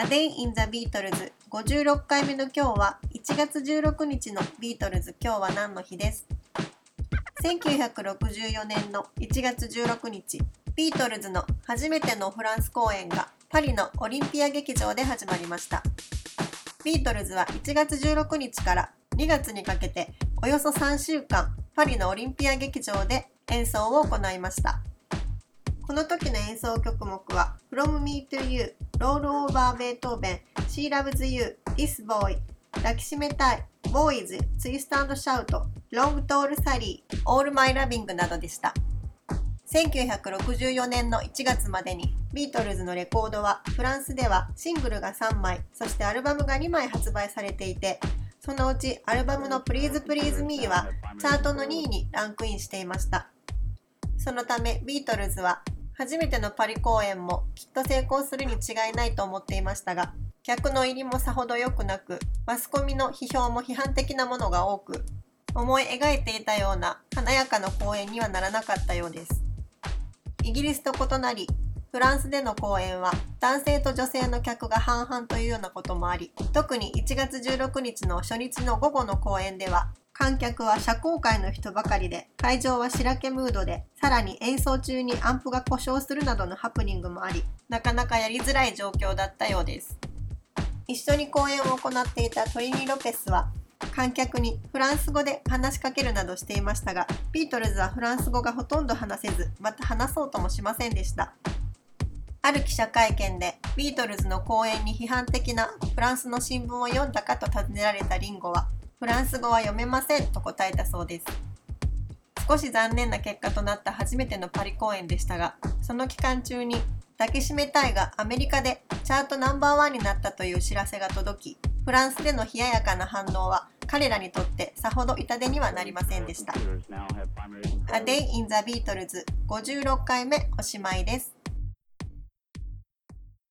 A Day in the Beatles 56回目の今日は1月16日のビートルズ今日は何の日です。1964年の1月16日、ビートルズの初めてのフランス公演がパリのオリンピア劇場で始まりました。ビートルズは1月16日から2月にかけておよそ3週間パリのオリンピア劇場で演奏を行いました。この時の演奏曲目は From Me to You、Roll Over Beethoven、She Loves You、This Boy、抱きしめたい、Boys、Twist and Shout、Long Tall Sally、All My Loving などでした。1964年の1月までにビートルズのレコードはフランスではシングルが3枚、そしてアルバムが2枚発売されていて、そのうちアルバムの Please Please Me はチャートの2位にランクインしていました。そのためビートルズは初めてのパリ公演もきっと成功するに違いないと思っていましたが、客の入りもさほど良くなく、マスコミの批評も批判的なものが多く、思い描いていたような華やかな公演にはならなかったようです。イギリスと異なり、フランスでの公演は男性と女性の客が半々というようなこともあり、特に1月16日の初日の午後の公演では、観客は社交界の人ばかりで、会場はしらけムードで、さらに演奏中にアンプが故障するなどのハプニングもあり、なかなかやりづらい状況だったようです。一緒に公演を行っていたトリニー・ロペスは、観客にフランス語で話しかけるなどしていましたが、ビートルズはフランス語がほとんど話せず、また話そうともしませんでした。ある記者会見で、ビートルズの公演に批判的なフランスの新聞を読んだかと尋ねられたリンゴは、フランス語は読めませんと答えたそうです。少し残念な結果となった初めてのパリ公演でしたが、その期間中に抱きしめたいがアメリカでチャートナンバーワンになったという知らせが届き、フランスでの冷ややかな反応は彼らにとってさほど痛手にはなりませんでした。A Day in the Beatles 56回目おしまいです。